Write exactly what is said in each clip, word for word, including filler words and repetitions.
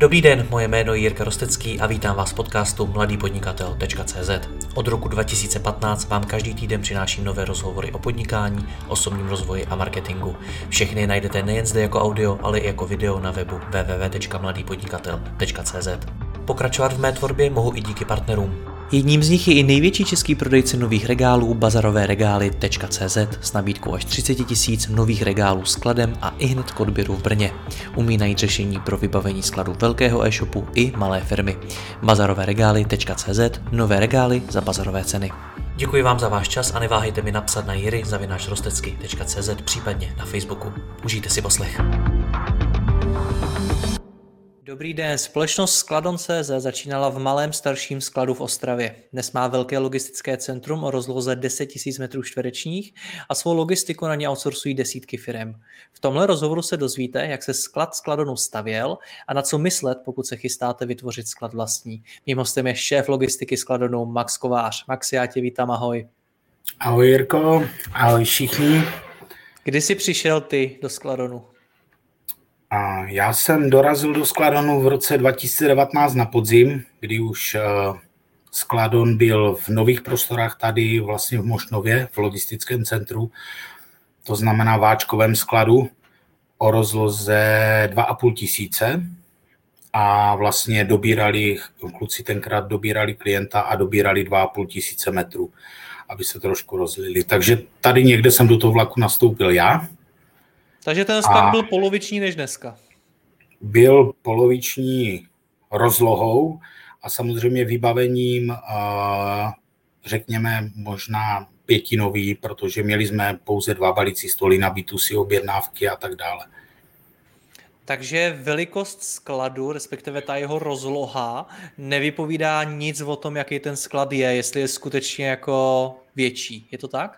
Dobrý den, moje jméno je Jirka Rostecký a vítám vás v podcastu mladý podnikatel tečka cé zet. Od roku dva tisíce patnáct vám každý týden přináším nové rozhovory o podnikání, osobním rozvoji a marketingu. Všechny najdete nejen zde jako audio, ale i jako video na webu w w w tečka mladý podnikatel tečka cé zet. Pokračovat v mé tvorbě mohu i díky partnerům. Jedním z nich je i největší český prodejce nových regálů bazarové regály tečka cé zet s nabídkou až třicet tisíc nových regálů skladem a ihned k odběru v Brně. Umí najít řešení pro vybavení skladu velkého e-shopu i malé firmy. bazarové regály tečka cé zet, nové regály za bazarové ceny. Děkuji vám za váš čas a neváhejte mi napsat na jiry zavináč rostecky tečka cé zet, případně na Facebooku. Užijte si poslech. Dobrý den, společnost Skladon tečka cé zet začínala v malém starším skladu v Ostravě. Dnes má velké logistické centrum o rozloze deset tisíc metrů čtverečních a svou logistiku na ně outsourcují desítky firem. V tomhle rozhovoru se dozvíte, jak se sklad Skladonu stavěl a na co myslet, pokud se chystáte vytvořit sklad vlastní. Mým hostem je šéf logistiky Skladonu Max Kovář. Maxi, já tě vítám, ahoj. Ahoj Jirko, ahoj všichni. Kdy jsi přišel ty do Skladonu? A já jsem dorazil do Skladonu v roce dva tisíce devatenáct na podzim, kdy už uh, Skladon byl v nových prostorách tady vlastně v Mošnově, v logistickém centru, to znamená váčkovém skladu o rozloze dva a půl tisíce a vlastně dobírali, kluci tenkrát dobírali klienta a dobírali dva a půl tisíce metrů, aby se trošku rozlili. Takže tady někde jsem do toho vlaku nastoupil já. Takže ten sklad byl poloviční než dneska. Byl poloviční rozlohou a samozřejmě vybavením, řekněme, možná pětinový, protože měli jsme pouze dva balící stoly na bé dvě cé objednávky a tak dále. Takže velikost skladu, respektive ta jeho rozloha, nevypovídá nic o tom, jaký ten sklad je, jestli je skutečně jako větší. Je to tak?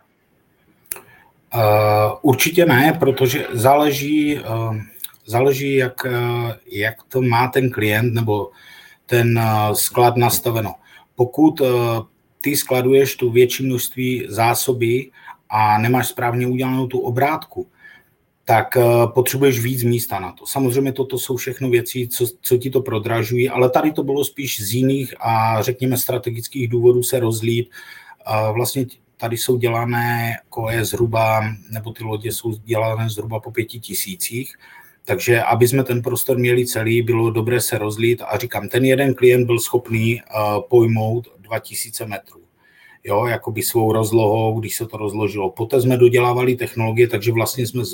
Uh, určitě ne, protože záleží, uh, záleží jak, uh, jak to má ten klient nebo ten uh, sklad nastaveno. Pokud uh, ty skladuješ tu větší množství zásoby a nemáš správně udělanou tu obrátku, tak uh, potřebuješ víc místa na to. Samozřejmě toto jsou všechno věci, co, co ti to prodražují, ale tady to bylo spíš z jiných a řekněme strategických důvodů se rozlít. Uh, vlastně Tady jsou dělané koje zhruba, nebo ty lodě jsou dělané zhruba po pěti tisících, takže aby jsme ten prostor měli celý, bylo dobré se rozlít a říkám, ten jeden klient byl schopný uh, pojmout dva tisíce metrů, jo, jakoby svou rozlohou, když se to rozložilo. Poté jsme dodělávali technologie, takže vlastně jsme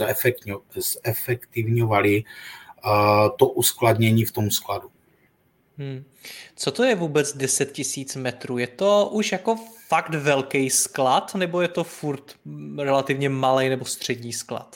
zefektivňovali uh, to uskladnění v tom skladu. Hmm. Co to je vůbec deset tisíc metrů? Je to už jako fakt velký sklad, nebo je to furt relativně malý nebo střední sklad?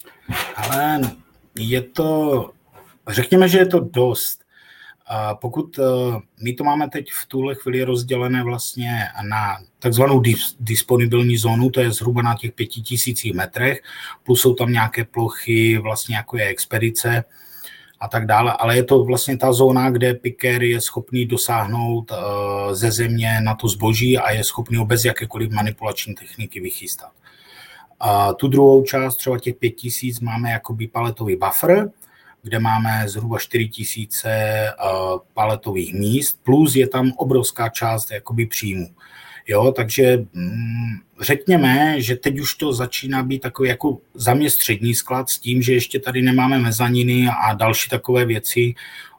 Ale je to, řekněme, že je to dost. Pokud my to máme teď v tuhle chvíli rozdělené vlastně na takzvanou disponibilní zónu, to je zhruba na těch pěti tisících metrech, plus jsou tam nějaké plochy, vlastně jako je expedice a tak dále, ale je to vlastně ta zóna, kde pikér je schopný dosáhnout uh, ze země na to zboží a je schopný ho bez jakékoliv manipulační techniky vychystat. Uh, tu druhou část, třeba těch pět tisíc, máme jakoby paletový buffer, kde máme zhruba čtyři tisíce uh, paletových míst, plus je tam obrovská část jakoby příjmu. Jo, takže mm, řekněme, že teď už to začíná být takový jako za mě střední sklad s tím, že ještě tady nemáme mezaniny a další takové věci.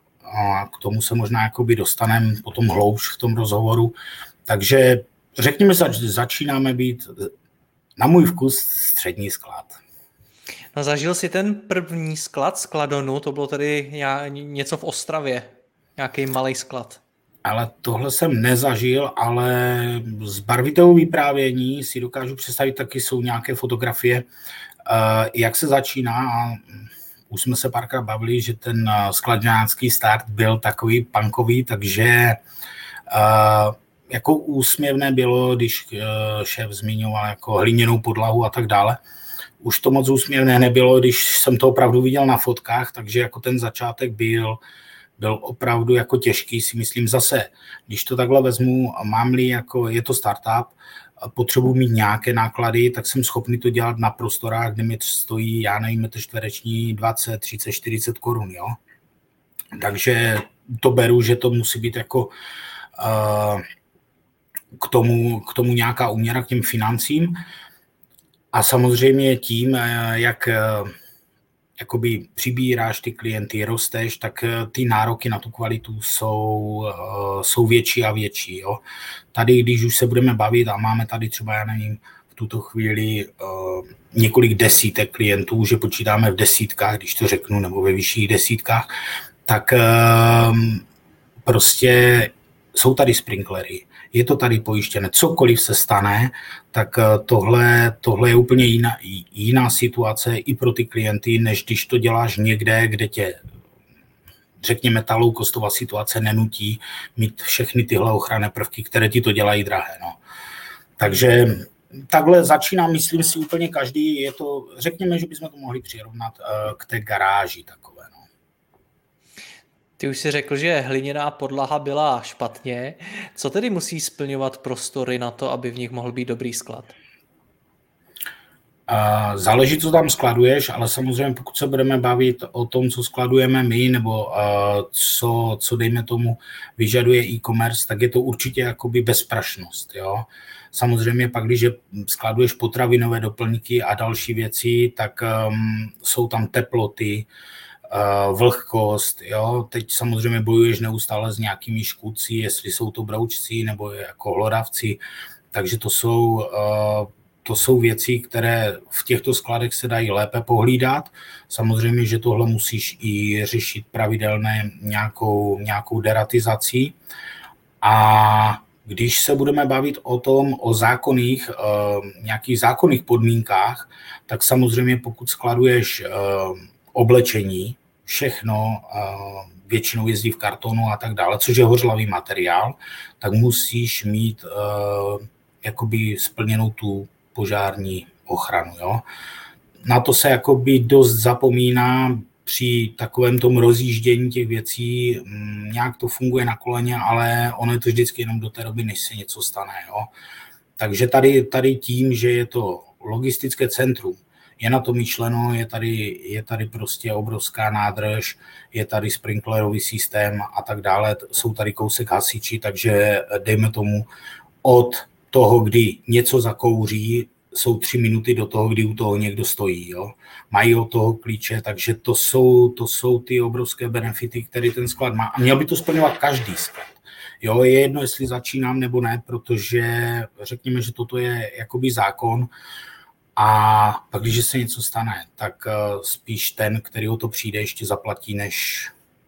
A k tomu se možná jakoby dostaneme potom hloubš v tom rozhovoru. Takže řekněme, zač- začínáme být na můj vkus střední sklad. No, zažil jsi ten první sklad Skladonu, to bylo tady něco v Ostravě, nějaký malý sklad. Ale tohle jsem nezažil, ale z barvitého vyprávění si dokážu představit, taky jsou nějaké fotografie, jak se začíná. A už jsme se párkrát bavili, že ten skladňácký start byl takový punkový, takže jako úsměvné bylo, když šéf zmiňoval jako hliněnou podlahu a tak dále. Už to moc úsměvné nebylo, když jsem to opravdu viděl na fotkách, takže jako ten začátek byl byl opravdu jako těžký, si myslím zase. Když to takhle vezmu, mám-li jako, je to startup, potřebuji mít nějaké náklady, tak jsem schopný to dělat na prostorách, kde mi stojí, já nevím, metr čtvereční dvacet, třicet, čtyřicet korun, jo. Takže to beru, že to musí být jako uh, k tomu, k tomu nějaká úměra k těm financím. A samozřejmě tím, jak jakoby přibíráš ty klienty, rosteš, tak ty nároky na tu kvalitu jsou, jsou větší a větší. Jo. Tady, když už se budeme bavit a máme tady třeba, já nevím, v tuto chvíli uh, několik desítek klientů, že počítáme v desítkách, když to řeknu, nebo ve vyšších desítkách, tak uh, prostě jsou tady sprinklery. Je to tady pojištěné. Cokoliv se stane, tak tohle, tohle je úplně jiná, jiná situace i pro ty klienty, než když to děláš někde, kde tě, řekněme, ta low-costová situace nenutí mít všechny tyhle ochranné prvky, které ti to dělají drahé. No. Takže takhle začíná, myslím si, úplně každý. Je to, řekněme, že bychom to mohli přirovnat k té garáži takové. Ty už si řekl, že hliněná podlaha byla špatně. Co tedy musí splňovat prostory na to, aby v nich mohl být dobrý sklad? Záleží, co tam skladuješ, ale samozřejmě pokud se budeme bavit o tom, co skladujeme my, nebo co, co dejme tomu vyžaduje e-commerce, tak je to určitě jakoby bezprašnost. Jo? Samozřejmě pak, když skladuješ potravinové doplňky a další věci, tak um, jsou tam teploty, vlhkost, jo. Teď samozřejmě bojuješ neustále s nějakými škůdci, jestli jsou to broučci nebo jako hlodavci, takže to jsou, to jsou věci, které v těchto skladech se dají lépe pohlídat. Samozřejmě, že tohle musíš i řešit pravidelně nějakou, nějakou deratizací. A když se budeme bavit o tom, o zákonných, nějakých zákonných podmínkách, tak samozřejmě pokud skladuješ oblečení, všechno, většinou jezdí v kartonu a tak dále, což je hořlavý materiál, tak musíš mít uh, jakoby splněnou tu požární ochranu. Jo? Na to se jakoby dost zapomíná při takovém tom rozjíždění těch věcí, nějak to funguje na koleně, ale ono je to vždycky jenom do té doby, než se něco stane. Jo? Takže tady, tady tím, že je to logistické centrum, je na to myšleno, je tady, je tady prostě obrovská nádrž, je tady sprinklerový systém a tak dále, jsou tady kousek hasiči, takže dejme tomu od toho, kdy něco zakouří, jsou tři minuty do toho, kdy u toho někdo stojí. Jo. Mají od toho klíče, takže to jsou, to jsou ty obrovské benefity, které ten sklad má. A měl by to splňovat každý sklad. Jo, je jedno, jestli začínám nebo ne, protože řekněme, že toto je jakoby zákon, a pak, když se něco stane, tak spíš ten, který o to přijde, ještě zaplatí, než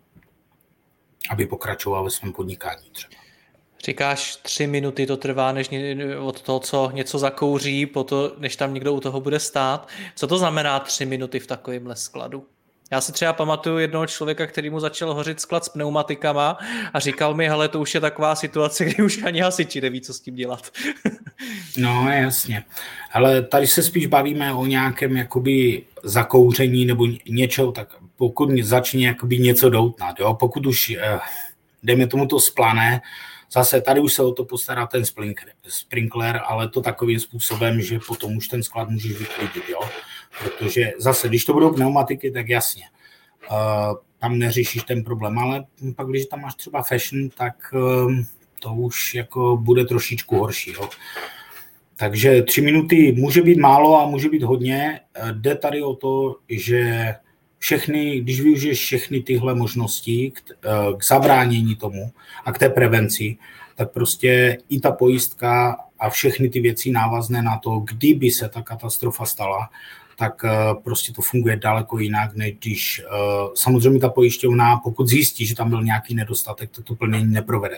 aby pokračoval ve svém podnikání třeba. Říkáš, tři minuty to trvá, než od toho, co něco zakouří, po to, než tam někdo u toho bude stát. Co to znamená tři minuty v takovémhle skladu? Já si třeba pamatuju jednoho člověka, který mu začal hořit sklad s pneumatikama a říkal mi, hele, to už je taková situace, kdy už ani hasiči neví, co s tím dělat. No, jasně. Ale tady se spíš bavíme o nějakém jakoby zakouření nebo něčeho, tak pokud začne jakoby něco doutnat, jo? Pokud už, dejme tomu to splané, zase tady už se o to postará ten sprinkler, ale to takovým způsobem, že potom už ten sklad můžeš vyklidit, jo? Protože zase, když to budou pneumatiky, tak jasně, uh, tam neřešíš ten problém, ale pak, když tam máš třeba fashion, tak uh, to už jako bude trošičku horší, jo? Takže tři minuty může být málo a může být hodně. Jde tady o to, že všechny, když využiješ všechny tyhle možnosti k, k zabránění tomu a k té prevenci, tak prostě i ta pojistka a všechny ty věci návazné na to, kdyby se ta katastrofa stala, tak prostě to funguje daleko jinak, než když samozřejmě ta pojišťovna, pokud zjistí, že tam byl nějaký nedostatek, tak to plnění neprovede.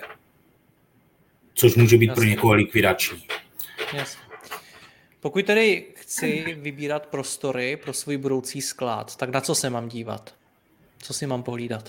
Což může být Jasně. pro někoho likvidační. Jasně. Pokud tedy chci vybírat prostory pro svůj budoucí sklad, tak na co se mám dívat? Co si mám pohlídat?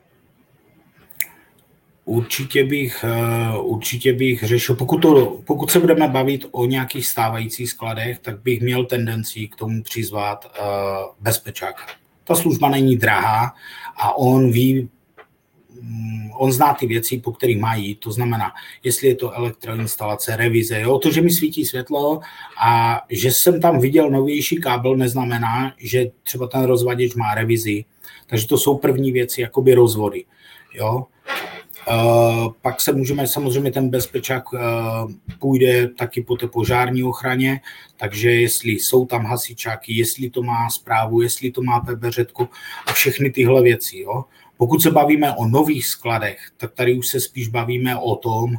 Určitě bych, určitě bych řešil, pokud, to, pokud se budeme bavit o nějakých stávajících skladech, tak bych měl tendenci k tomu přizvat bezpečáka. Ta služba není drahá a on ví, on zná ty věci, po kterých má jít, to znamená, jestli je to elektroinstalace, revize, jo, to, že mi svítí světlo a že jsem tam viděl novější kábel, neznamená, že třeba ten rozvaděč má revizi Takže to jsou první věci, jakoby rozvody. Jo? Uh, pak se můžeme, samozřejmě ten bezpečák uh, půjde taky po té požární ochraně, takže jestli jsou tam hasičáky, jestli to má správu, jestli to má pebeřetku a všechny tyhle věci. Jo? Pokud se bavíme o nových skladech, tak tady už se spíš bavíme o tom, uh,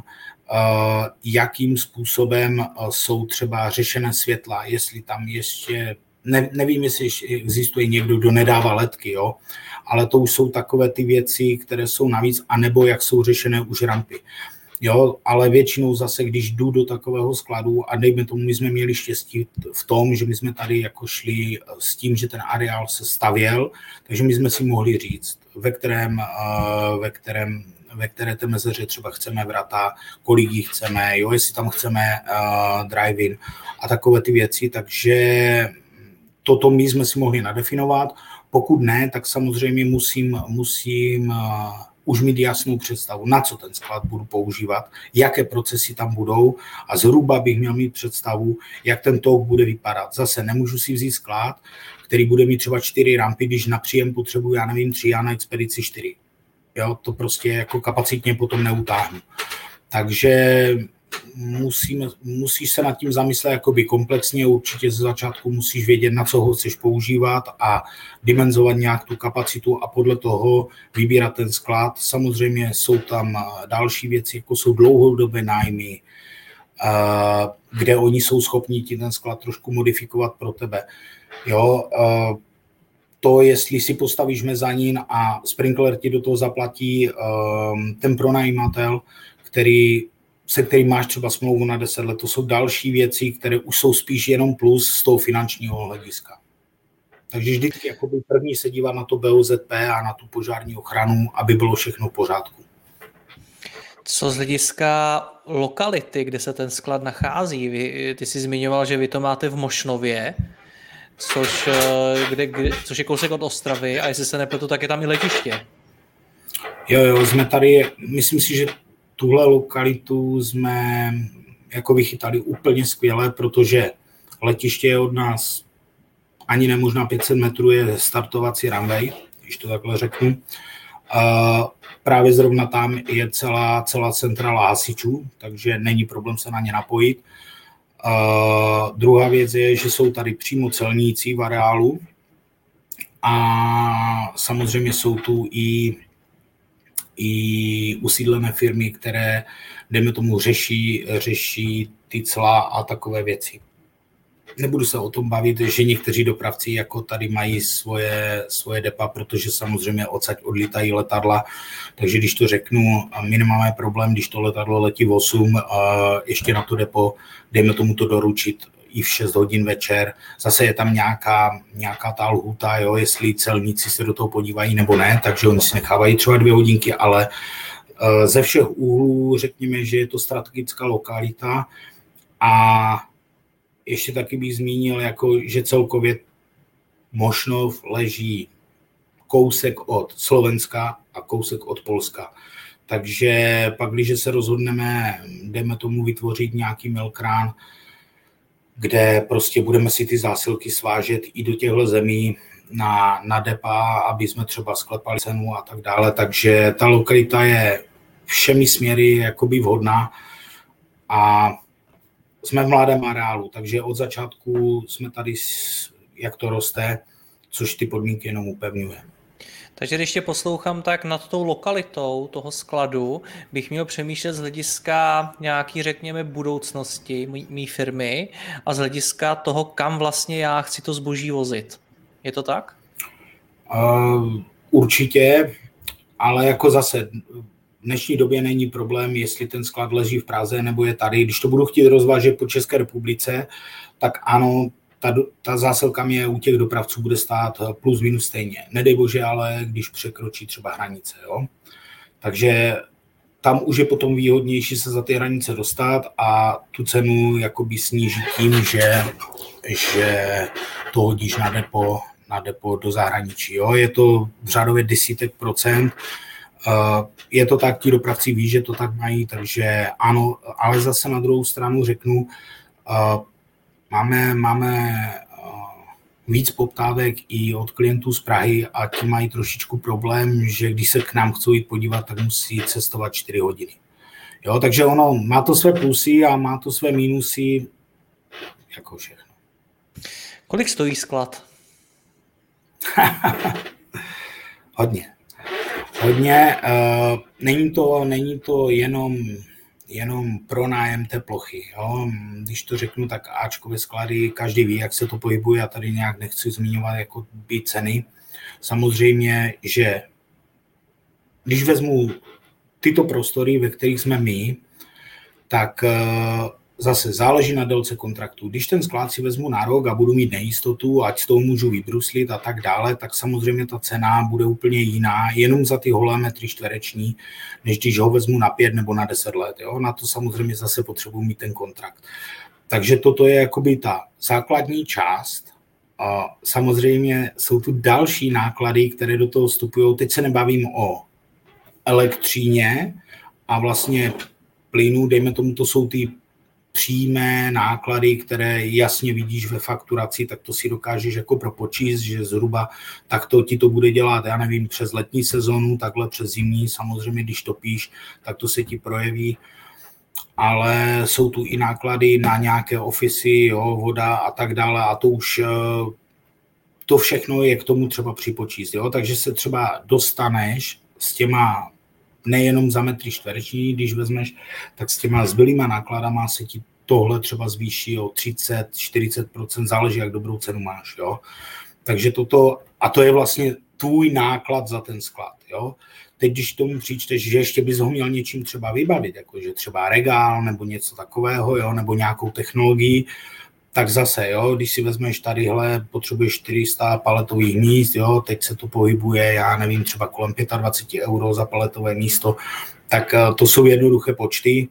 jakým způsobem uh, jsou třeba řešené světla, jestli tam ještě, ne, nevím, jestli ještě existuje někdo, kdo nedává ledky, jo? Ale to už jsou takové ty věci, které jsou navíc, anebo jak jsou řešené už rampy. Jo, ale většinou zase, když jdu do takového skladu a dejme tomu, my jsme měli štěstí v tom, že my jsme tady jako šli s tím, že ten areál se stavěl, takže my jsme si mohli říct, ve kterém, ve kterém ve které té mezeře třeba chceme vrata, kolik jich chceme, jo, jestli tam chceme uh, drive-in a takové ty věci, takže toto my jsme si mohli nadefinovat. Pokud ne, tak samozřejmě musím, musím uh, už mít jasnou představu, na co ten sklad budu používat, jaké procesy tam budou a zhruba bych měl mít představu, jak ten tok bude vypadat. Zase nemůžu si vzít sklad, který bude mít třeba čtyři rampy, když na příjem potřebuji, já nevím, tři a na expedici čtyři. Jo, to prostě jako kapacitně potom neutáhnu. Takže musím, musíš se nad tím zamyslet jakoby komplexně, určitě ze začátku musíš vědět, na co ho chceš používat a dimenzovat nějak tu kapacitu a podle toho vybírat ten sklad. Samozřejmě jsou tam další věci, jako jsou dlouhodobé nájmy, kde oni jsou schopni ti ten sklad trošku modifikovat pro tebe. Jo, to, jestli si postavíš mezanín a sprinkler ti do toho zaplatí um, ten pronajímatel, který, se kterým máš třeba smlouvu na deset let, to jsou další věci, které už jsou spíš jenom plus z toho finančního hlediska. Takže vždycky jakoby první se dívat na to B O Z P a na tu požární ochranu, aby bylo všechno v pořádku. Co z hlediska lokality, kde se ten sklad nachází? Vy, ty jsi zmiňoval, že vy to máte v Mošnově, Což, kde, kde, což je kousek od Ostravy a jestli se nepletu, tak je tam i letiště. Jo, jo, jsme tady, myslím si, že tuhle lokalitu jsme jako vychytali úplně skvěle, protože letiště je od nás ani ne možná pět set metrů je startovací runway, když to takhle řeknu. Uh, právě zrovna tam je celá, celá centrála hasičů, takže není problém se na ně napojit. Uh, druhá věc je, že jsou tady přímo celníci v areálu a samozřejmě jsou tu i, i usídlené firmy, které, dejme tomu, řeší, řeší ty cla a takové věci. Nebudu se o tom bavit, že někteří dopravci jako tady mají svoje, svoje depa, protože samozřejmě odsaď odlítají letadla, takže když to řeknu, my nemáme problém, když to letadlo letí v osm, ještě na to depo, dejme tomu to doručit i v šest hodin večer, zase je tam nějaká, nějaká ta lhůta, jo, jestli celníci se do toho podívají nebo ne, takže oni si nechávají třeba dvě hodinky, ale ze všech úhlů řekněme, že je to strategická lokalita a ještě taky bych zmínil, jako, že celkově Mošnov leží kousek od Slovenska a kousek od Polska. Takže pak, když se rozhodneme, jdeme tomu vytvořit nějaký milkrán, kde prostě budeme si ty zásilky svážet i do těchto zemí na, na depa, aby jsme třeba sklepali cenu a tak dále. Takže ta lokalita je všemi směry jakoby vhodná a jsme v mladém areálu, takže od začátku jsme tady, jak to roste, což ty podmínky jenom upevňuje. Takže když tě poslouchám, tak nad tou lokalitou toho skladu bych měl přemýšlet z hlediska nějaký, řekněme, budoucnosti mý firmy a z hlediska toho, kam vlastně já chci to zboží vozit. Je to tak? Uh, určitě, ale jako zase v dnešní době není problém, jestli ten sklad leží v Praze nebo je tady. Když to budu chtít rozvážet po České republice, tak ano, ta, ta zásilka mě u těch dopravců bude stát plus minus stejně. Nedej bože, ale když překročí třeba hranice. Jo? Takže tam už je potom výhodnější se za ty hranice dostat a tu cenu jakoby snížit tím, že, že to hodíš na depo, na depo do zahraničí. Jo? Je to v řádově desítek procent. Uh, je to tak, ti dopravci ví, že to tak mají, takže ano, ale zase na druhou stranu řeknu, uh, máme, máme uh, víc poptávek i od klientů z Prahy a ti mají trošičku problém, že když se k nám chcou jít podívat, tak musí cestovat čtyři hodiny. Jo, takže ono má to své plusy a má to své mínusy, jako všechno. Kolik stojí sklad? Hodně. Hodně. Uh, není to, není to jenom, jenom pronájem té plochy. Jo? Když to řeknu, tak áčkové sklady, každý ví, jak se to pohybuje, já tady nějak nechci zmiňovat jako by ceny. Samozřejmě, že když vezmu tyto prostory, ve kterých jsme my, tak uh, zase záleží na délce kontraktu. Když ten sklad si vezmu na rok a budu mít nejistotu, ať z toho můžu vybruslit a tak dále, tak samozřejmě ta cena bude úplně jiná, jenom za ty holé metry čtvereční, než když ho vezmu na pět nebo na deset let. Jo? Na to samozřejmě zase potřebuji mít ten kontrakt. Takže toto je jakoby ta základní část. A samozřejmě jsou tu další náklady, které do toho vstupují. Teď se nebavím o elektříně a vlastně plynu, dejme tomu, to jsou ty přímé náklady, které jasně vidíš ve fakturaci, tak to si dokážeš jako propočíst, že zhruba takto ti to bude dělat, já nevím, přes letní sezonu, takhle přes zimní, samozřejmě, když topíš, tak to se ti projeví, ale jsou tu i náklady na nějaké ofisy, jo, voda a tak dále a to už to všechno je k tomu třeba připočíst, jo, takže se třeba dostaneš s těma nejenom za metry čtvereční, když vezmeš, tak s těma zbylýma nákladama se ti tohle třeba zvýší o třicet až čtyřicet procent, záleží, jak dobrou cenu máš. Jo? Takže toto, a to je vlastně tvůj náklad za ten sklad. Jo? Teď, když tomu přičteš, že ještě bys ho měl něčím třeba vybavit, jakože třeba regál nebo něco takového, jo? Nebo nějakou technologii, tak zase, jo, když si vezmeš tadyhle, potřebuješ čtyři sta paletových míst, jo, teď se to pohybuje, já nevím, třeba kolem dvacet pět euro za paletové místo, tak to jsou jednoduché počty,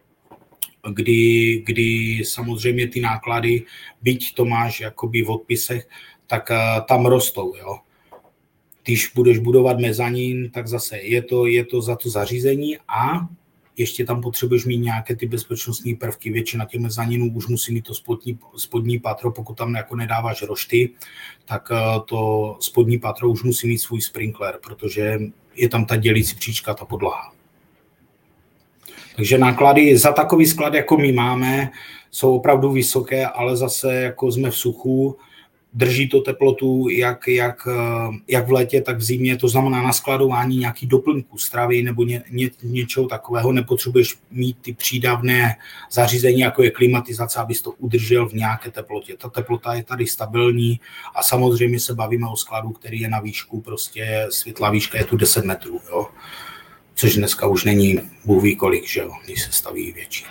kdy, kdy samozřejmě ty náklady, byť to máš jakoby v odpisech, tak tam rostou, jo. Když budeš budovat mezanín, tak zase je to, je to za to zařízení a ještě tam potřebuješ mít nějaké ty bezpečnostní prvky. Většina těch mezaninů už musí mít to spodní, spodní patro, pokud tam jako nedáváš rošty, tak to spodní patro už musí mít svůj sprinkler, protože je tam ta dělící příčka, ta podlaha. Takže náklady za takový sklad, jako my máme, jsou opravdu vysoké, ale zase jako jsme v suchu, drží to teplotu jak, jak, jak v létě, tak v zimě, to znamená na skladování nějaký doplňků stravy nebo ně, ně, něčeho takového, nepotřebuješ mít ty přídavné zařízení, jako je klimatizace, abys to udržel v nějaké teplotě. Ta teplota je tady stabilní a samozřejmě se bavíme o skladu, který je na výšku, prostě světlá výška je tu deset metrů, jo? Což dneska už není bůh ví kolik, že jo, když se staví větší.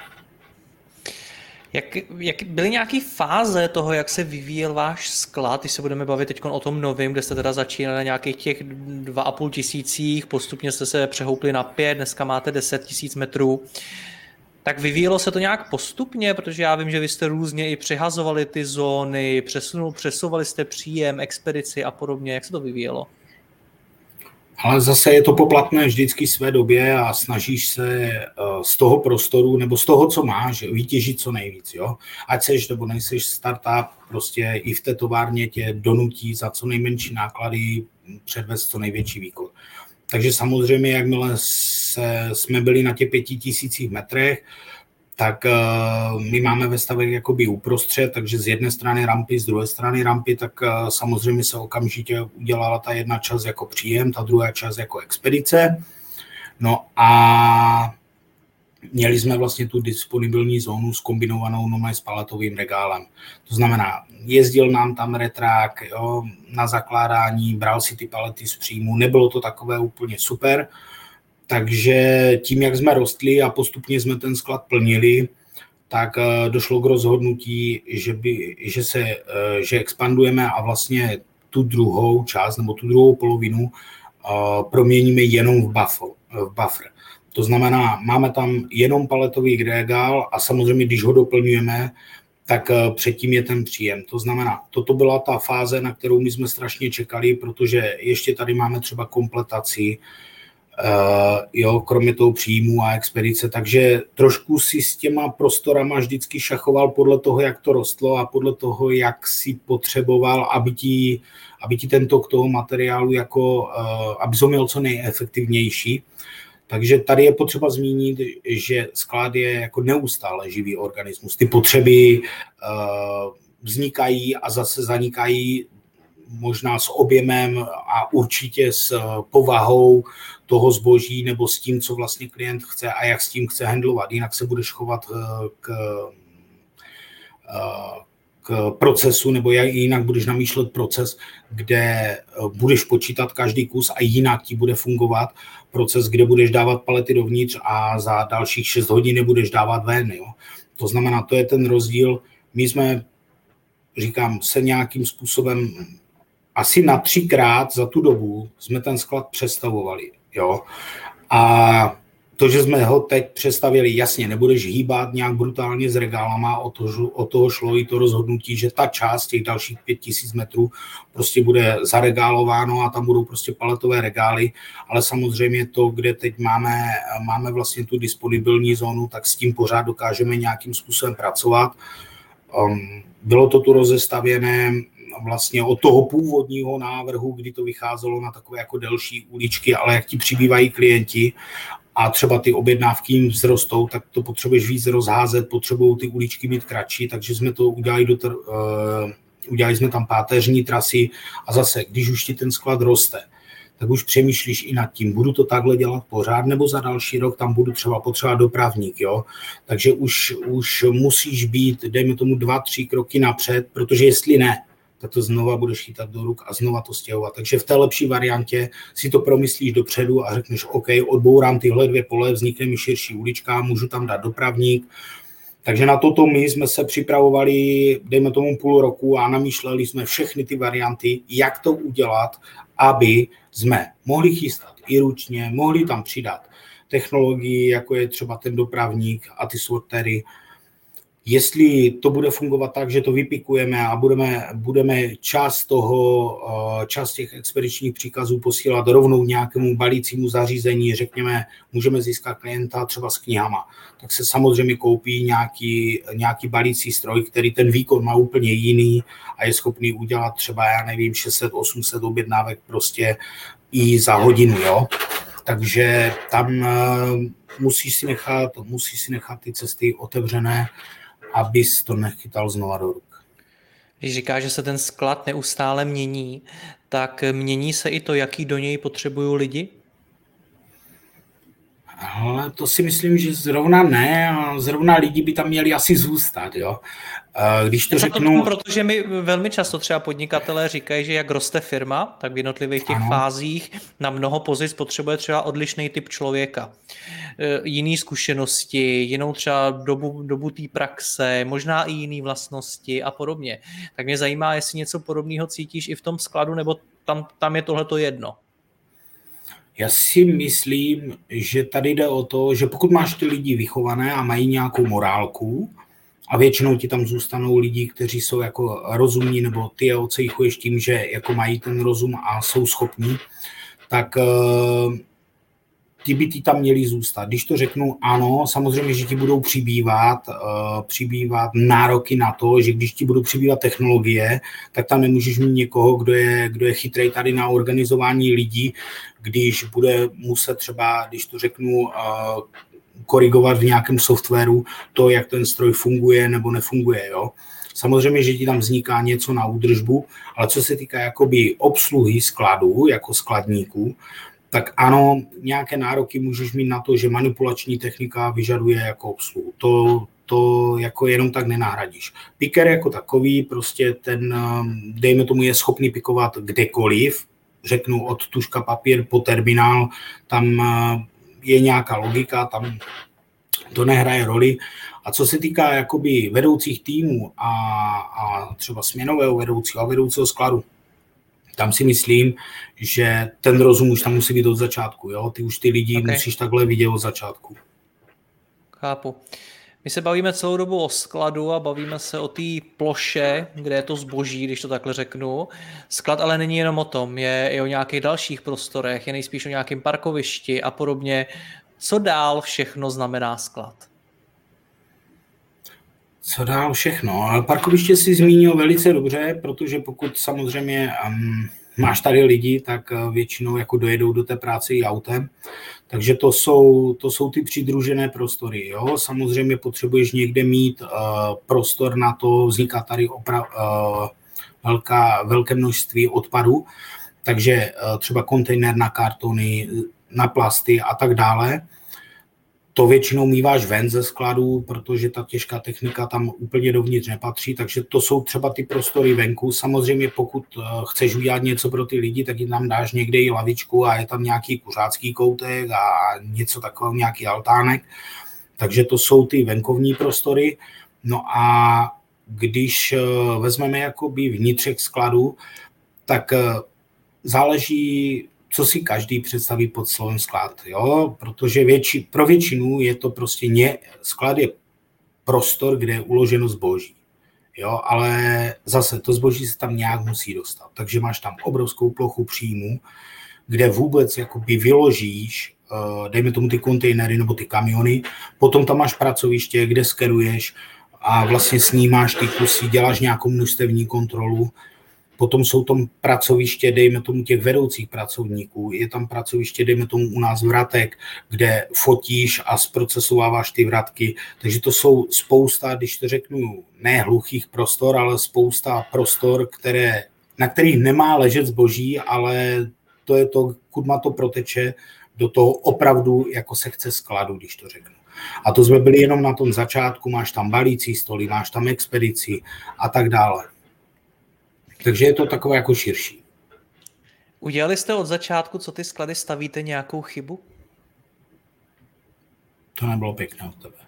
Jak, jak byly nějaké fáze toho, jak se vyvíjel váš sklad, když se budeme bavit teď o tom novém, kde jste teda začínali na nějakých těch dva a půl tisících, postupně jste se přehoupli na pět, dneska máte deset tisíc metrů. Tak vyvíjelo se to nějak postupně, protože já vím, že vy jste různě i přihazovali ty zóny, přesunul, přesouvali jste příjem, expedici a podobně. Jak se to vyvíjelo? Ale zase je to poplatné vždycky své době a snažíš se z toho prostoru nebo z toho, co máš, vytěžit co nejvíc. Jo? Ať seš nebo nejseš startup, prostě i v té továrně tě donutí za co nejmenší náklady předvést co největší výkon. Takže samozřejmě, jakmile se, jsme byli na těch pěti tisících metrech, tak uh, my máme ve stavech jakoby uprostřed, takže z jedné strany rampy, z druhé strany rampy, tak uh, samozřejmě se okamžitě udělala ta jedna část jako příjem, ta druhá část jako expedice. No a měli jsme vlastně tu disponibilní zónu zkombinovanou normálně s paletovým regálem. To znamená, jezdil nám tam retrák, jo, na zakládání, bral si ty palety z příjmu, nebylo to takové úplně super. Takže tím, jak jsme rostli a postupně jsme ten sklad plnili, tak došlo k rozhodnutí, že, by, že, se, že expandujeme a vlastně tu druhou část nebo tu druhou polovinu proměníme jenom v buffer. V buffer. To znamená, máme tam jenom paletový regál a samozřejmě, když ho doplňujeme, tak předtím je ten příjem. To znamená, toto byla ta fáze, na kterou my jsme strašně čekali, protože ještě tady máme třeba kompletaci Uh, jo, kromě toho příjmu a expedice, takže trošku si s těma prostorama vždycky šachoval podle toho, jak to rostlo a podle toho, jak si potřeboval, aby ti, aby ti ten tok toho materiálu jako, uh, aby to měl co nejefektivnější. Takže tady je potřeba zmínit, že sklad je jako neustále živý organismus. Ty potřeby uh, vznikají a zase zanikají možná s objemem a určitě s povahou toho zboží nebo s tím, co vlastně klient chce a jak s tím chce handlovat. Jinak se budeš chovat k, k procesu nebo jinak budeš namýšlet proces, kde budeš počítat každý kus a jinak ti bude fungovat proces, kde budeš dávat palety dovnitř a za dalších šest hodin nebudeš dávat ven. Jo. To znamená, to je ten rozdíl. My jsme, říkám, se nějakým způsobem asi na třikrát za tu dobu jsme ten sklad přestavovali. Jo? A to, že jsme ho teď přestavili, jasně, nebudeš hýbat nějak brutálně s regálama, o, to, o toho šlo i to rozhodnutí, že ta část těch dalších pět tisíc metrů prostě bude zaregálováno a tam budou prostě paletové regály, ale samozřejmě to, kde teď máme, máme vlastně tu disponibilní zónu, tak s tím pořád dokážeme nějakým způsobem pracovat. Um, bylo to tu rozestavěné vlastně od toho původního návrhu, kdy to vycházelo na takové jako delší uličky, ale jak ti přibývají klienti a třeba ty objednávky jim vzrostou, tak to potřebuješ víc rozházet, potřebují ty uličky mít kratší, takže jsme to udělali, do tr- uh, udělali jsme tam páteřní trasy a zase, když už ti ten sklad roste, tak už přemýšlíš i nad tím, budu to takhle dělat pořád, nebo za další rok tam budu třeba potřebovat dopravník, jo. Takže už, už musíš být, dejme tomu dva, tři kroky napřed, protože jestli ne, tak to znova budeš chytat do ruk a znova to stěhovat. Takže v té lepší variantě si to promyslíš dopředu a řekneš, OK, odbourám tyhle dvě pole, vznikne mi širší ulička, můžu tam dát dopravník. Takže na toto my jsme se připravovali, dejme tomu půl roku a namýšleli jsme všechny ty varianty, jak to udělat, aby jsme mohli chystat i ručně, mohli tam přidat technologii, jako je třeba ten dopravník a ty sortery. Jestli to bude fungovat tak, že to vypikujeme a budeme, budeme část toho, část těch expedičních příkazů posílat rovnou nějakému balícímu zařízení, řekněme, můžeme získat klienta třeba s knihama, tak se samozřejmě koupí nějaký, nějaký balící stroj, který ten výkon má úplně jiný a je schopný udělat třeba, já nevím, šest set osm set objednávek prostě i za hodinu, jo. Takže tam musíš si nechat, musíš si nechat ty cesty otevřené, abys to nechytal znova do ruk. Když říká, že se ten sklad neustále mění, tak mění se i to, jaký do něj potřebují lidi? Ale to si myslím, že zrovna ne a zrovna lidi by tam měli asi zůstat, jo. Když to řeknu... Protože mi velmi často třeba podnikatelé říkají, že jak roste firma, tak v jednotlivých těch ano. fázích na mnoho pozic potřebuje třeba odlišný typ člověka. Jiný zkušenosti, jinou třeba dobu, dobu té praxe, možná i jiný vlastnosti a podobně. Tak mě zajímá, jestli něco podobného cítíš i v tom skladu, nebo tam, tam je tohleto jedno. Já si myslím, že tady jde o to, že pokud máš ty lidi vychované a mají nějakou morálku a většinou ti tam zůstanou lidi, kteří jsou jako rozumní nebo ty je ocejchuješ tím, že jako mají ten rozum a jsou schopní, tak uh, ty by ti tam měli zůstat. Když to řeknu, ano, samozřejmě, že ti budou přibývat, uh, přibývat nároky na to, že když ti budou přibývat technologie, tak tam nemůžeš mít někoho, kdo je, kdo je chytrej tady na organizování lidí, když bude muset třeba, když to řeknu, uh, korigovat v nějakém softwaru to, jak ten stroj funguje nebo nefunguje. Jo? Samozřejmě, že ti tam vzniká něco na údržbu, ale co se týká jakoby obsluhy skladů, jako skladníků, tak ano, nějaké nároky můžeš mít na to, že manipulační technika vyžaduje jako obsluhu. To, to jako jenom tak nenahradíš. Picker jako takový, prostě ten, dejme tomu, je schopný pikovat kdekoliv, řeknu od tužka papír po terminál, tam je nějaká logika, tam to nehraje roli. A co se týká jakoby vedoucích týmů a, a třeba směnového vedoucího a vedoucího skladu, tam si myslím, že ten rozum už tam musí být od začátku. Jo? Ty už ty lidi okay. musíš takhle vidět od začátku. Chápu. My se bavíme celou dobu o skladu a bavíme se o té ploše, kde je to zboží, když to takhle řeknu. Sklad ale není jenom o tom, je i o nějakých dalších prostorech, je nejspíš o nějakém parkovišti a podobně. Co dál všechno znamená sklad? Co dál všechno? Ale parkoviště si zmínil velice dobře, protože pokud samozřejmě um, máš tady lidi, tak uh, většinou jako dojedou do té práce i autem. Takže to jsou, to jsou ty přidružené prostory. Jo? Samozřejmě potřebuješ někde mít uh, prostor na to, vzniká tady opra- uh, velká, velké množství odpadů, takže uh, třeba kontejner na kartony, na plasty a tak dále. To většinou míváš ven ze skladu, protože ta těžká technika tam úplně dovnitř nepatří, takže to jsou třeba ty prostory venku. Samozřejmě pokud chceš udělat něco pro ty lidi, tak jim tam dáš někde i lavičku a je tam nějaký kuřácký koutek a něco takového, nějaký altánek. Takže to jsou ty venkovní prostory. No a když vezmeme jakoby vnitřek skladu, tak záleží, co si každý představí pod slovem sklad, jo? Protože větši, pro většinu je to prostě ně, sklad je prostor, kde je uloženo zboží, jo? Ale zase to zboží se tam nějak musí dostat, takže máš tam obrovskou plochu příjmu, kde vůbec jakoby vyložíš, dejme tomu ty kontejnery nebo ty kamiony, potom tam máš pracoviště, kde skenuješ a vlastně snímáš ty kusy, děláš nějakou množstevní kontrolu. Potom jsou tam pracoviště, dejme tomu těch vedoucích pracovníků, je tam pracoviště, dejme tomu u nás vratek, kde fotíš a zprocesováváš ty vratky. Takže to jsou spousta, když to řeknu, ne hluchých prostor, ale spousta prostor, které, na kterých nemá ležet zboží, ale to je to, kudma to proteče do toho opravdu, jako se chce skladu, když to řeknu. A to jsme byli jenom na tom začátku, máš tam balící stoly, máš tam expedici a tak dále. Takže je to takové jako širší. Udělali jste od začátku, co ty sklady stavíte, nějakou chybu? To nebylo pěkné od tebe.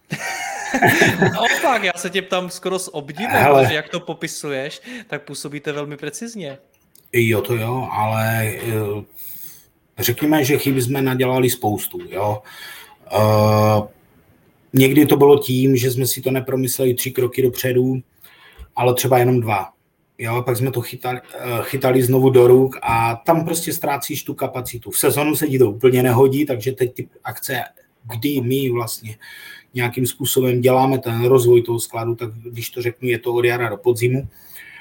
Naopak, já se tě ptám skoro s obdivem, protože jak to popisuješ, tak působíte velmi precizně. Jo, to jo, ale řekněme, že chyby jsme nadělali spoustu. Jo. Uh, někdy to bylo tím, že jsme si to nepromysleli tři kroky dopředu, ale třeba jenom dva. Jo, pak jsme to chytali, chytali znovu do ruk a tam prostě ztrácíš tu kapacitu. V sezonu se ti to úplně nehodí, takže teď ty akce, kdy my vlastně nějakým způsobem děláme ten rozvoj toho skladu, tak když to řeknu, je to od jara do podzimu.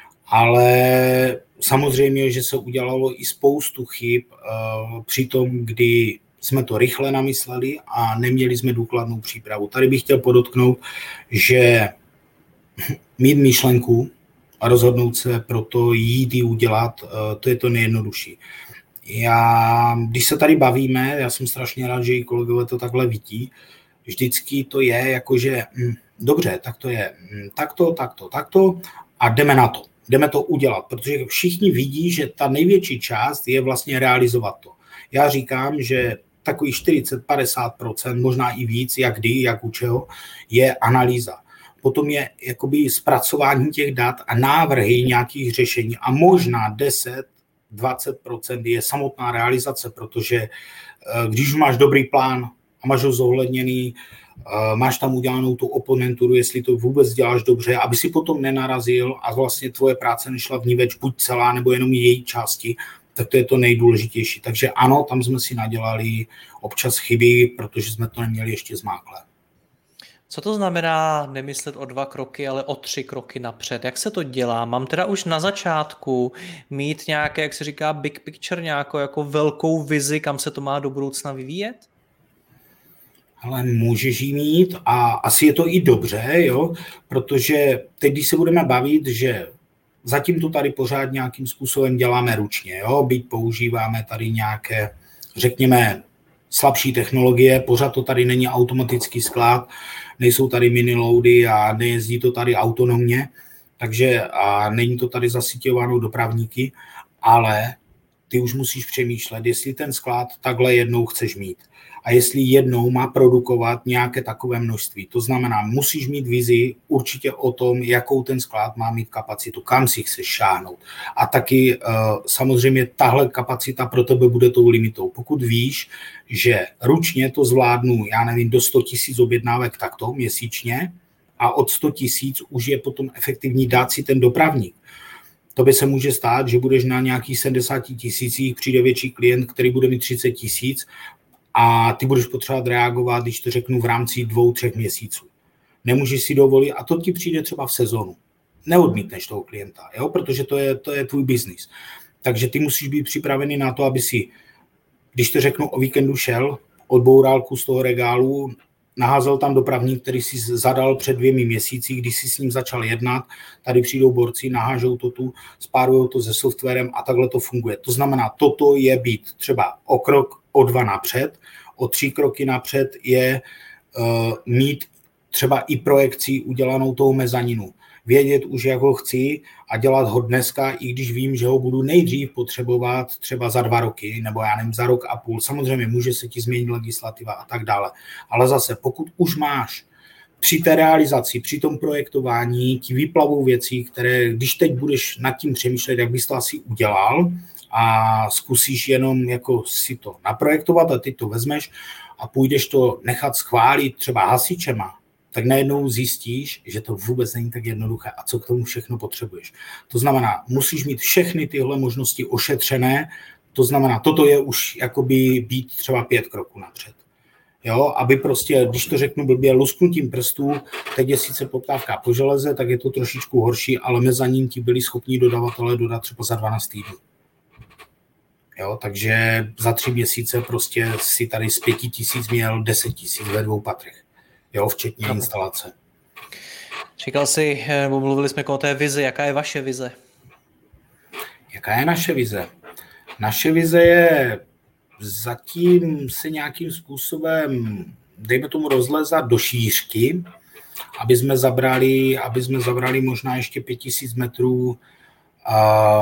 Ale samozřejmě, že se udělalo i spoustu chyb uh, při tom, kdy jsme to rychle namysleli a neměli jsme důkladnou přípravu. Tady bych chtěl podotknout, že mít myšlenku a rozhodnout se pro to jít ji udělat, to je to nejjednodušší. Já, když se tady bavíme, já jsem strašně rád, že i kolegové to takhle vidí, vždycky to je jakože, hm, dobře, tak to je hm, takto, takto, takto a jdeme na to. Jdeme to udělat, protože všichni vidí, že ta největší část je vlastně realizovat to. Já říkám, že takových čtyřicet až padesát procent, možná i víc, jak kdy, jak u čeho, je analýza. Potom je jakoby zpracování těch dat a návrhy nějakých řešení a možná deset až dvacet procent je samotná realizace, protože když máš dobrý plán a máš ho zohledněný, máš tam udělanou tu oponenturu, jestli to vůbec děláš dobře, aby si potom nenarazil a vlastně tvoje práce nešla vniveč buď celá nebo jenom její části, tak to je to nejdůležitější. Takže ano, tam jsme si nadělali občas chyby, protože jsme to neměli ještě zmáklé. Co to znamená nemyslet o dva kroky, ale o tři kroky napřed? Jak se to dělá? Mám teda už na začátku mít nějaké, jak se říká, big picture, nějakou jako velkou vizi, kam se to má do budoucna vyvíjet? Ale můžeš jí mít a asi je to i dobře, jo? Protože teď, když se budeme bavit, že zatím to tady pořád nějakým způsobem děláme ručně, jo? Byť používáme tady nějaké, řekněme, slabší technologie, pořád to tady není automatický sklad, nejsou tady miniloady a nejezdí to tady autonomně, takže a není to tady zasíťováno dopravníky, ale ty už musíš přemýšlet, jestli ten sklad takhle jednou chceš mít. a jestli jednou má produkovat nějaké takové množství. To znamená, musíš mít vizi určitě o tom, jakou ten sklad má mít kapacitu, kam si chceš šáhnout. A taky samozřejmě tahle kapacita pro tebe bude tou limitou. Pokud víš, že ručně to zvládnu, já nevím, do sto tisíc objednávek takto měsíčně a od sto tisíc už je potom efektivní dát si ten dopravník. To by se může stát, že budeš na nějakých sedmdesát tisících, přijde větší klient, který bude mít třicet tisíc a ty budeš potřebovat reagovat, když to řeknu, v rámci dvou, třech měsíců. Nemůžeš si dovolit a to ti přijde třeba v sezonu. Neodmítneš toho klienta, jo? Protože to je, to je tvůj biznis. Takže ty musíš být připravený na to, aby si, když to řeknu, o víkendu šel, odboural kus toho regálu, naházel tam dopravník, který si zadal před dvěmi měsíci, když si s ním začal jednat, tady přijdou borci, nahážou to tu, spárujou to se softwarem a takhle to funguje. To znamená, toto je být třeba o krok, o dva napřed, o tři kroky napřed je uh, mít třeba i projekci udělanou tou mezaninu. Vědět už, jak ho chci a dělat ho dneska, i když vím, že ho budu nejdřív potřebovat třeba za dva roky, nebo já nevím, za rok a půl. Samozřejmě může se ti změnit legislativa a tak dále. Ale zase, pokud už máš při té realizaci, při tom projektování ti vyplavou věcí, které, když teď budeš nad tím přemýšlet, jak bys to asi udělal a zkusíš jenom jako si to naprojektovat a ty to vezmeš a půjdeš to nechat schválit třeba hasičema, tak najednou zjistíš, že to vůbec není tak jednoduché a co k tomu všechno potřebuješ. To znamená, musíš mít všechny tyhle možnosti ošetřené, to znamená, toto je už jakoby být třeba pět kroků napřed. Jo, aby prostě, když to řeknu blbě, lusknutím prstů, teď je sice poptávka po železe, tak je to trošičku horší, ale mezi ním ti byli schopní dodavatelé dodat třeba za dvanáct týdnů. Jo, takže za tři měsíce prostě si tady z pěti tisíc měl deset tisíc ve dvou patrech. Jo, včetně instalace. Říkal jsi, nebo mluvili jsme o té vizi, jaká je vaše vize? Jaká je naše vize? Naše vize je zatím se nějakým způsobem, dejme tomu, rozlezat do šířky, aby jsme zabrali, aby jsme zabrali možná ještě pět tisíc metrů a,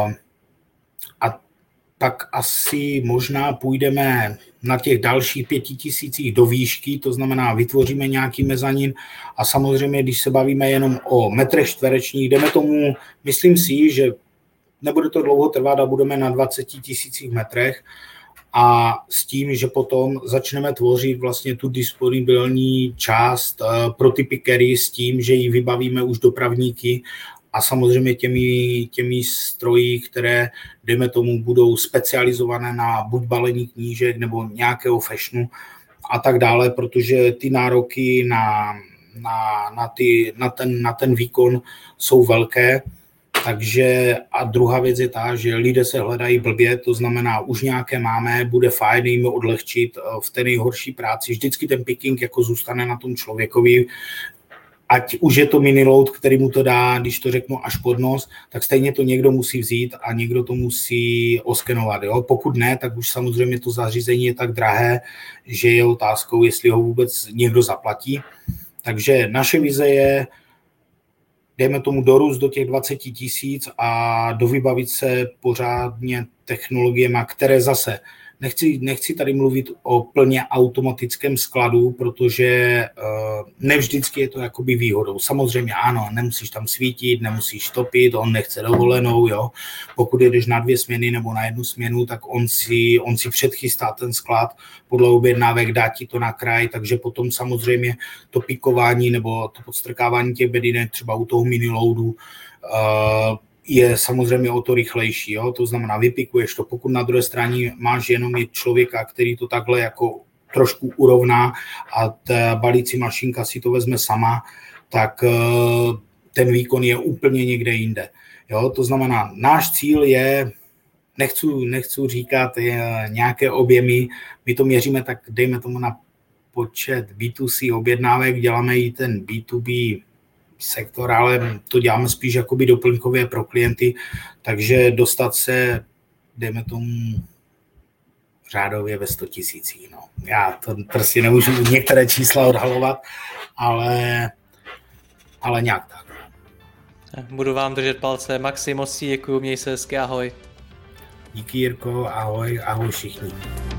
a tak asi možná půjdeme na těch dalších pěti tisících do výšky, to znamená vytvoříme nějaký mezanin a samozřejmě, když se bavíme jenom o metrech čtverečních, jdeme tomu, myslím si, že nebude to dlouho trvat a budeme na dvaceti tisících metrech a s tím, že potom začneme tvořit vlastně tu disponibilní část pro ty pickery s tím, že ji vybavíme už dopravníky a samozřejmě těmi, těmi stroji, které, dejme tomu, budou specializované na buď balení knížek nebo nějakého fashionu a tak dále, protože ty nároky na, na, na, ty, na, ten, na ten výkon jsou velké. Takže a druhá věc je ta, že lidé se hledají blbě, to znamená, už nějaké máme, bude fajn jim odlehčit v té nejhorší práci. Vždycky ten picking jako zůstane na tom člověkovi, ať už je to miniload, který mu to dá, když to řeknu, až pod nos, tak stejně to někdo musí vzít a někdo to musí oskenovat. Jo? Pokud ne, tak už samozřejmě to zařízení je tak drahé, že je otázkou, jestli ho vůbec někdo zaplatí. Takže naše vize je, dejme tomu dorůst do těch dvacet tisíc a dovybavit se pořádně technologiemi, které zase, nechci, nechci tady mluvit o plně automatickém skladu, protože uh, nevždycky je to jakoby výhodou. Samozřejmě ano, nemusíš tam svítit, nemusíš topit, on nechce dovolenou, jo. Pokud jedeš na dvě směny nebo na jednu směnu, tak on si, on si předchystá ten sklad podle objednávek, dá ti to na kraj, takže potom samozřejmě to pikování nebo to podstrkávání těch bedinek třeba u toho miniloadu uh, je samozřejmě o to rychlejší. Jo? To znamená, vypikuješ to. Pokud na druhé straně máš jenom člověka, který to takhle jako trošku urovná a ta balící mašinka si to vezme sama, tak uh, ten výkon je úplně někde jinde. Jo? To znamená, náš cíl je, nechci, nechci říkat je, nějaké objemy, my to měříme tak, dejme tomu na počet bé dvě cé objednávek, děláme i ten bé dvě bé sektor, ale to děláme spíš jakoby doplňkově pro klienty, takže dostat se, dejme tomu, řádově ve sto tisících. No. Já to prostě nemůžu některé čísla odhalovat, ale, ale nějak tak. Budu vám držet palce. Maxi, moc si děkuju, měj se hezky, ahoj. Díky, Jirko, ahoj, ahoj všichni.